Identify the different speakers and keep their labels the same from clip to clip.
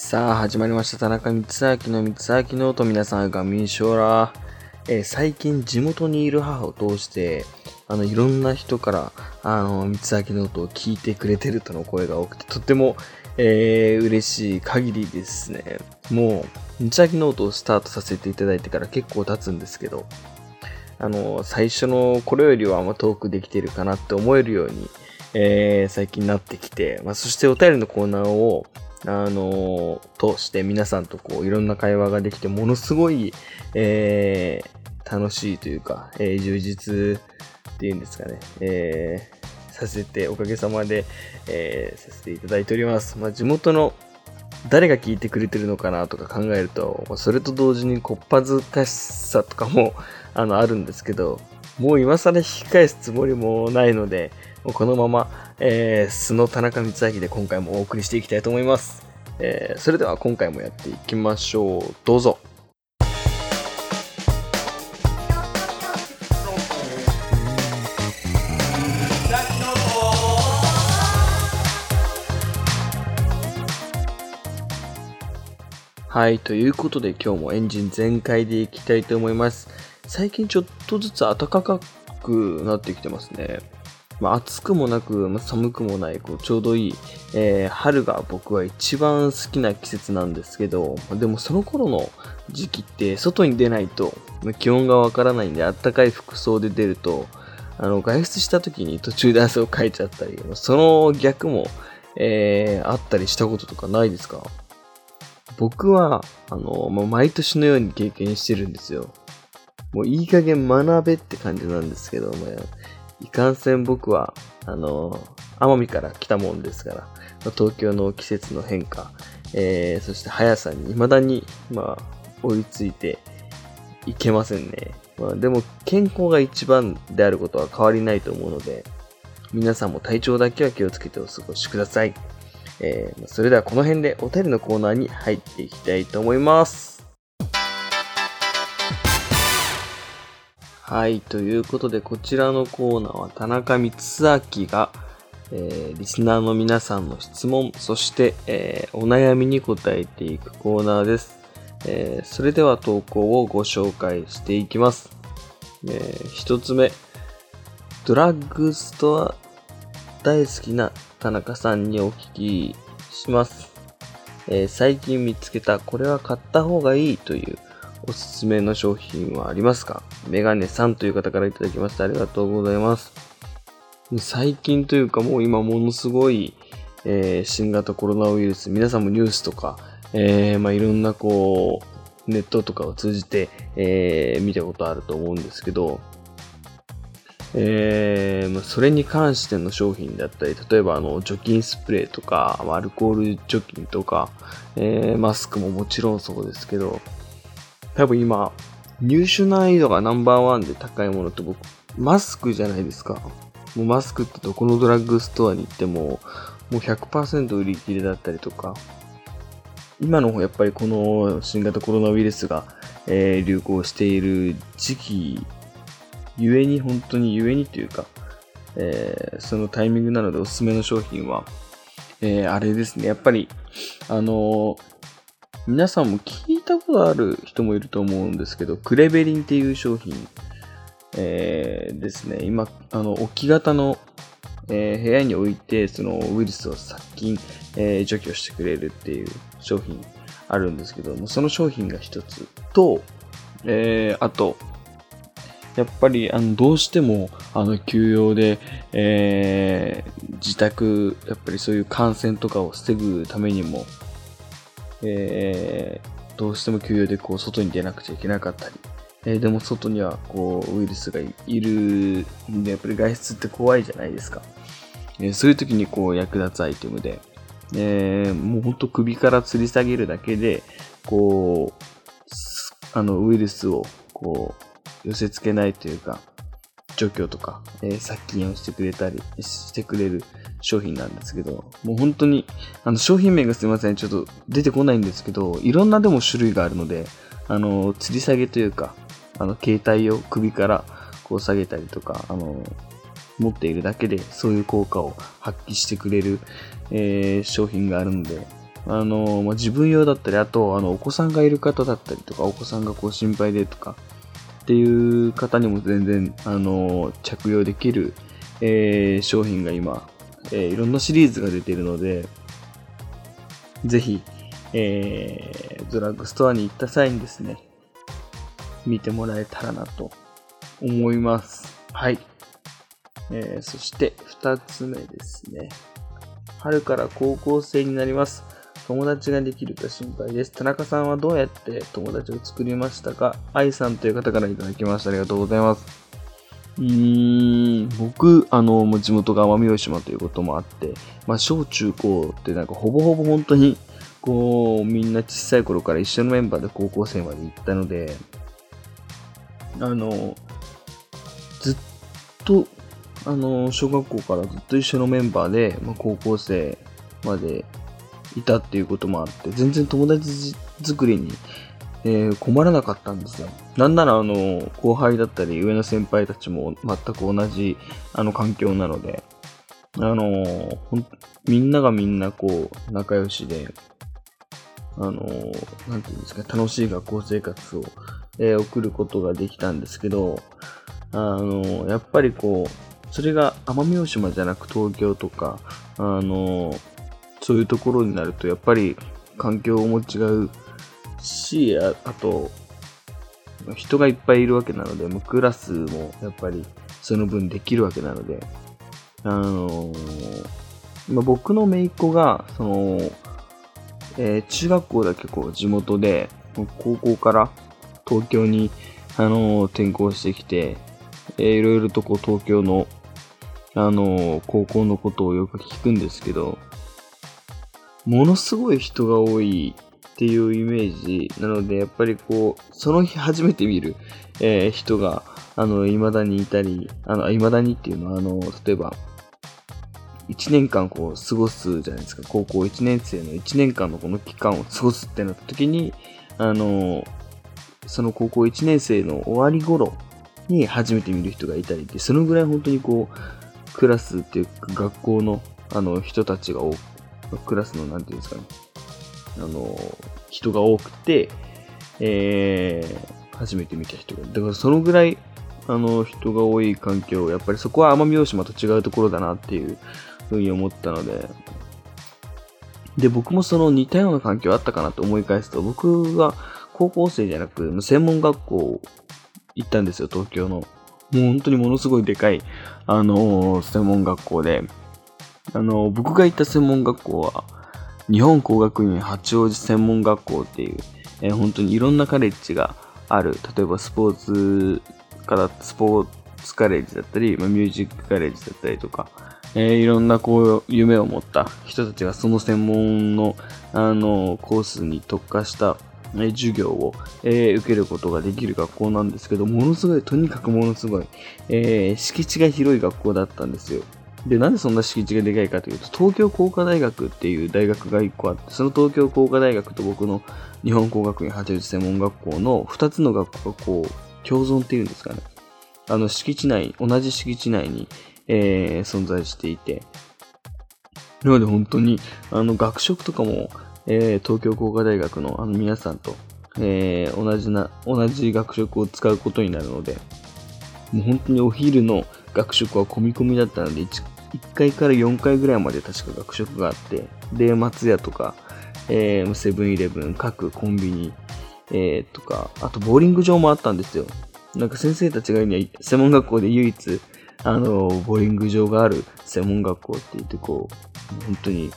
Speaker 1: さあ始まりました。田中光明の光明ノート。皆さんがミンショーラー、最近地元にいる母を通していろんな人から光明ノートを聞いてくれてるとの声が多くて、とても、嬉しい限りですね。もう光明ノートをスタートさせていただいてから結構経つんですけど、最初の頃よりは遠くできてるかなって思えるように、最近なってきて、そしてお便りのコーナーを通して皆さんといろんな会話ができて、ものすごい、楽しいというか、充実っていうんですかね、させて、おかげさまで、させていただいております。地元の誰が聞いてくれてるのかなとか考えると、それと同時にこっぱずかしさとかもあるんですけど、もう今更引き返すつもりもないので、もうこのまま、素の田中光明で今回もお送りしていきたいと思います。それでは今回もやっていきましょう。どうぞ。はい、ということで今日もエンジン全開でいきたいと思います。最近ちょっとずつ暖かくなってきてますね。暑くもなく、寒くもない、ちょうどいい、春が僕は一番好きな季節なんですけど、でもその頃の時期って外に出ないと気温がわからないんで、暖かい服装で出ると、外出した時に途中で汗をかいちゃったり、その逆も、あったりしたこととかないですか？僕は、毎年のように経験してるんですよ。もういい加減学べって感じなんですけど、いかんせん僕は、奄美から来たもんですから、東京の季節の変化、そして速さに未だに、追いついていけませんね。でも、健康が一番であることは変わりないと思うので、皆さんも体調だけは気をつけてお過ごしください。それではこの辺でお便りのコーナーに入っていきたいと思います。はい、ということでこちらのコーナーは田中光明が、リスナーの皆さんの質問、そして、お悩みに答えていくコーナーです。それでは投稿をご紹介していきます。一つ目、ドラッグストア大好きな田中さんにお聞きします。最近見つけたこれは買った方がいいというおすすめの商品はありますか？メガネさんという方からいただきました。ありがとうございます。最近というかもう今ものすごい、新型コロナウイルス、皆さんもニュースとか、いろんなネットとかを通じて、見たことあると思うんですけど、それに関しての商品だったり、例えば除菌スプレーとか、アルコール除菌とか、マスクももちろんそうですけど、多分今入手難易度がナンバーワンで高いものって僕マスクじゃないですか。もうマスクってどこのドラッグストアに行ってももう 100% 売り切れだったりとか、今のやっぱりこの新型コロナウイルスが、流行している時期ゆえに本当にゆえにというか、そのタイミングなのでおすすめの商品は、あれですね。やっぱり皆さんも聞いたことある人もいると思うんですけど、クレベリンっていう商品、ですね。今置き型の、部屋に置いてそのウイルスを殺菌、除去してくれるっていう商品あるんですけども、その商品が一つと、あとやっぱりどうしても休養で、自宅やっぱりそういう感染とかを防ぐためにも、どうしても休養で外に出なくちゃいけなかったり、でも外にはウイルスがいるんで、やっぱり外出って怖いじゃないですか。そういう時に役立つアイテムで、もうほんと首から吊り下げるだけでウイルスを寄せ付けないというか除去とか、殺菌をしてくれたりしてくれる商品なんですけど、もう本当に商品名がすいませんちょっと出てこないんですけど、いろんなでも種類があるので吊り下げというか携帯を首から下げたりとか持っているだけでそういう効果を発揮してくれる、商品があるので、 自分用だったり、あと、お子さんがいる方だったりとか、お子さんが心配でとか、っていう方にも全然、着用できる、商品が今、いろんなシリーズが出ているので、ぜひ、ドラッグストアに行った際にですね、見てもらえたらなと思います。はい。そして2つ目ですね。春から高校生になります。友達ができるか心配です。田中さんはどうやって友達を作りましたか？愛さんという方からいただきました。ありがとうございます。僕、地元が奄美大島ということもあって、小中高ってほぼほぼ本当に、みんな小さい頃から一緒のメンバーで高校生まで行ったので、ずっと、小学校からずっと一緒のメンバーで、高校生までいたっていうこともあって、全然友達作りに、困らなかったんですよ。なんなら後輩だったり上の先輩たちも全く同じ環境なので、みんながみんな仲良しで、なんていうんですか、楽しい学校生活を、送ることができたんですけど、やっぱりそれが奄美大島じゃなく東京とか、そういうところになるとやっぱり環境も違うし、あと人がいっぱいいるわけなので、クラスもやっぱりその分できるわけなので、僕の姪っ子が中学校だけ地元で、高校から東京に転校してきて、いろいろと東京の高校のことをよく聞くんですけど、ものすごい人が多いっていうイメージなので、やっぱりその日初めて見る、人が未だにいたり、未だにっていうのは例えば1年間過ごすじゃないですか。高校1年生の1年間のこの期間を過ごすってなった時に、その高校1年生の終わり頃に初めて見る人がいたりって、そのぐらい本当にクラスっていうか学校の人たちがクラスのなんていうんですかね、人が多くて、初めて見た人が、だからそのぐらい人が多い環境、やっぱりそこは奄美大島と違うところだなっていうふうに思ったので、僕もその似たような環境あったかなと思い返すと、僕は高校生じゃなく専門学校行ったんですよ、東京の。もう本当にものすごいでかい、専門学校で、僕が行った専門学校は、日本工学院八王子専門学校っていう、本当にいろんなカレッジがある。例えばスポーツカレッジだったり、ミュージックカレッジだったりとか、いろんな夢を持った人たちがその専門の、コースに特化した授業を、受けることができる学校なんですけど、とにかくものすごい、敷地が広い学校だったんですよ。で、なんでそんな敷地がでかいかというと、東京工科大学っていう大学が1個あって、その東京工科大学と僕の日本工学院八王子専門学校の2つの学校が共存っていうんですかね。同じ敷地内に、存在していて、なので本当に、学食とかも、東京工科大学の皆さんと、同じ学食を使うことになるので、もう本当にお昼の学食は込み込みだったので、1階から4階ぐらいまで確か学食があって、で、松屋とか、セブンイレブン、各コンビニ、とか、あとボーリング場もあったんですよ。先生たちが言うには、専門学校で唯一、ボーリング場がある専門学校って言って本当に、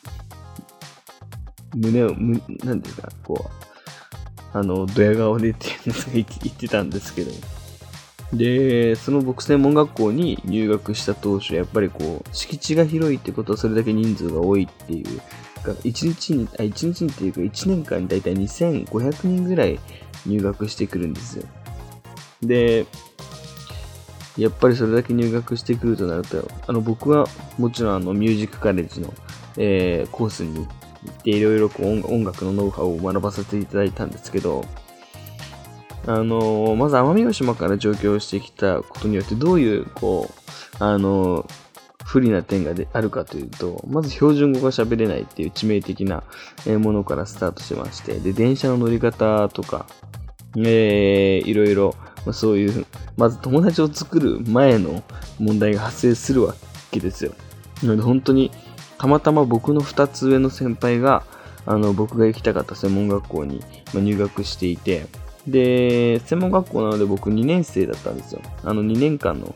Speaker 1: なんですか、ドヤ顔でって言ってたんですけど、で、その僕専門学校に入学した当初、やっぱり敷地が広いってことはそれだけ人数が多いっていう、1日にっていうか1年間にだいたい2500人ぐらい入学してくるんですよ。で、やっぱりそれだけ入学してくるとなると、僕はもちろんミュージックカレッジの、コースに行っていろいろ音楽のノウハウを学ばせていただいたんですけど、まず奄美大島から上京してきたことによってどういう不利な点があるかというと、まず標準語が喋れないっていう致命的なものからスタートしまして、で、電車の乗り方とか、いろいろ、そういう、まず友達を作る前の問題が発生するわけですよ。なので本当に、たまたま僕の2つ上の先輩が、僕が行きたかった専門学校に入学していて、で、専門学校なので僕2年生だったんですよ。2年間の、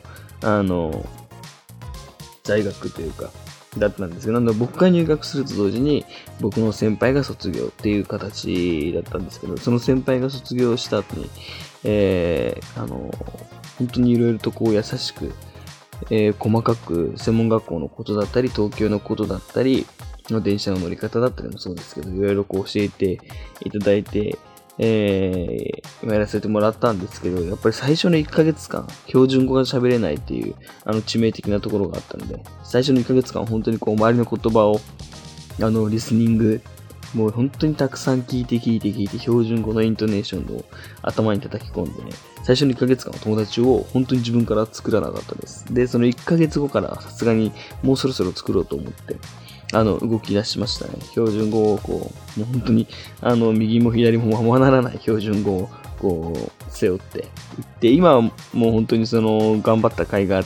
Speaker 1: 在学というか、だったんですけど、僕が入学すると同時に、僕の先輩が卒業っていう形だったんですけど、その先輩が卒業した後に、本当にいろいろと優しく、細かく専門学校のことだったり、東京のことだったり、電車の乗り方だったりもそうですけど、いろいろ教えていただいて、やらせてもらったんですけど、やっぱり最初の1ヶ月間、標準語が喋れないっていう、致命的なところがあったので、最初の1ヶ月間、本当に周りの言葉を、リスニング、もう本当にたくさん聞いて、標準語のイントネーションを頭に叩き込んでね、最初の1ヶ月間の友達を本当に自分から作らなかったです。で、その1ヶ月後からさすがにもうそろそろ作ろうと思って、動き出しましたね。標準語をもう本当に、右も左もままならない標準語を背負っていって、今はもう本当に頑張った甲斐があって、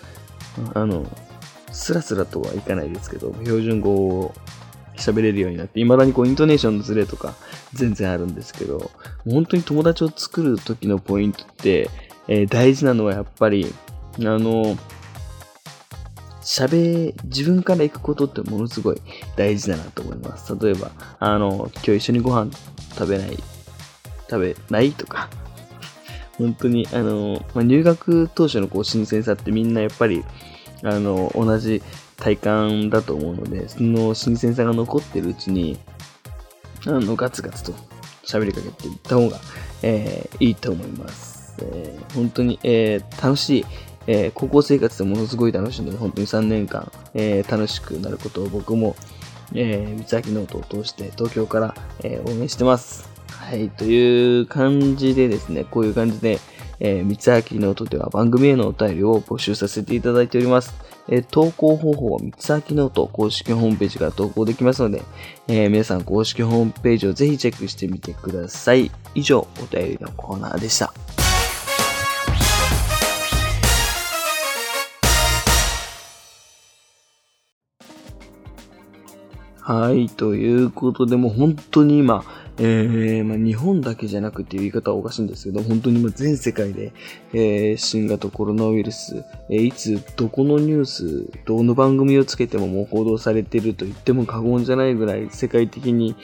Speaker 1: スラスラとはいかないですけど、標準語を喋れるようになって、未だにイントネーションのズレとか全然あるんですけど、もう本当に友達を作る時のポイントって、大事なのはやっぱり、自分から行くことってものすごい大事だなと思います。例えば、今日一緒にご飯食べないとか、本当に、入学当初の新鮮さってみんなやっぱり、同じ体感だと思うので、その新鮮さが残ってるうちに、ガツガツと喋りかけていった方が、いいと思います。本当に、楽しい、高校生活でものすごい楽しいので、本当に3年間、楽しくなることを僕も、三秋ノートを通して東京から、応援してます。はい、という感じでですね、こういう感じで、三秋ノートでは番組へのお便りを募集させていただいております。投稿方法は三秋ノート公式ホームページから投稿できますので、皆さん公式ホームページをぜひチェックしてみてください。以上、お便りのコーナーでした。はい、ということで、もう本当に今、日本だけじゃなくていう言い方はおかしいんですけど、本当に今全世界で、新型コロナウイルス、いつどこのニュース、どの番組をつけてももう報道されていると言っても過言じゃないぐらい世界的に、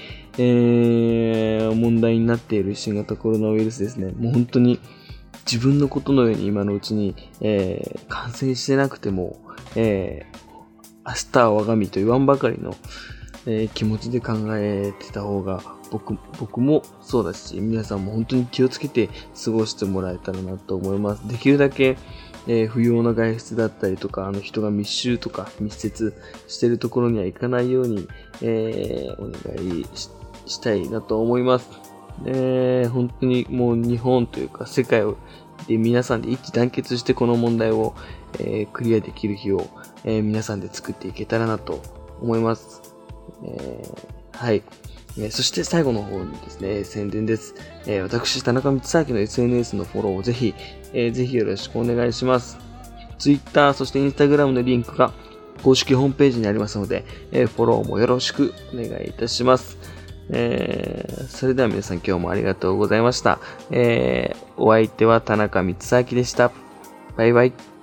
Speaker 1: 問題になっている新型コロナウイルスですね。もう本当に自分のことのように今のうちに、感染してなくても、明日は我が身と言わんばかりの、気持ちで考えてた方が僕もそうだし、皆さんも本当に気をつけて過ごしてもらえたらなと思います。できるだけ、不要な外出だったりとか、人が密集とか密接しているところには行かないように、お願い したいなと思います。本当にもう日本というか世界で皆さんで一致団結してこの問題を、クリアできる日を、皆さんで作っていけたらなと思います。はい。そして最後の方にですね、宣伝です。私、田中光明の SNS のフォローをぜひよろしくお願いします。Twitter、そして Instagram のリンクが公式ホームページにありますので、フォローもよろしくお願いいたします。それでは皆さん今日もありがとうございました。お相手は田中光明でした。バイバイ。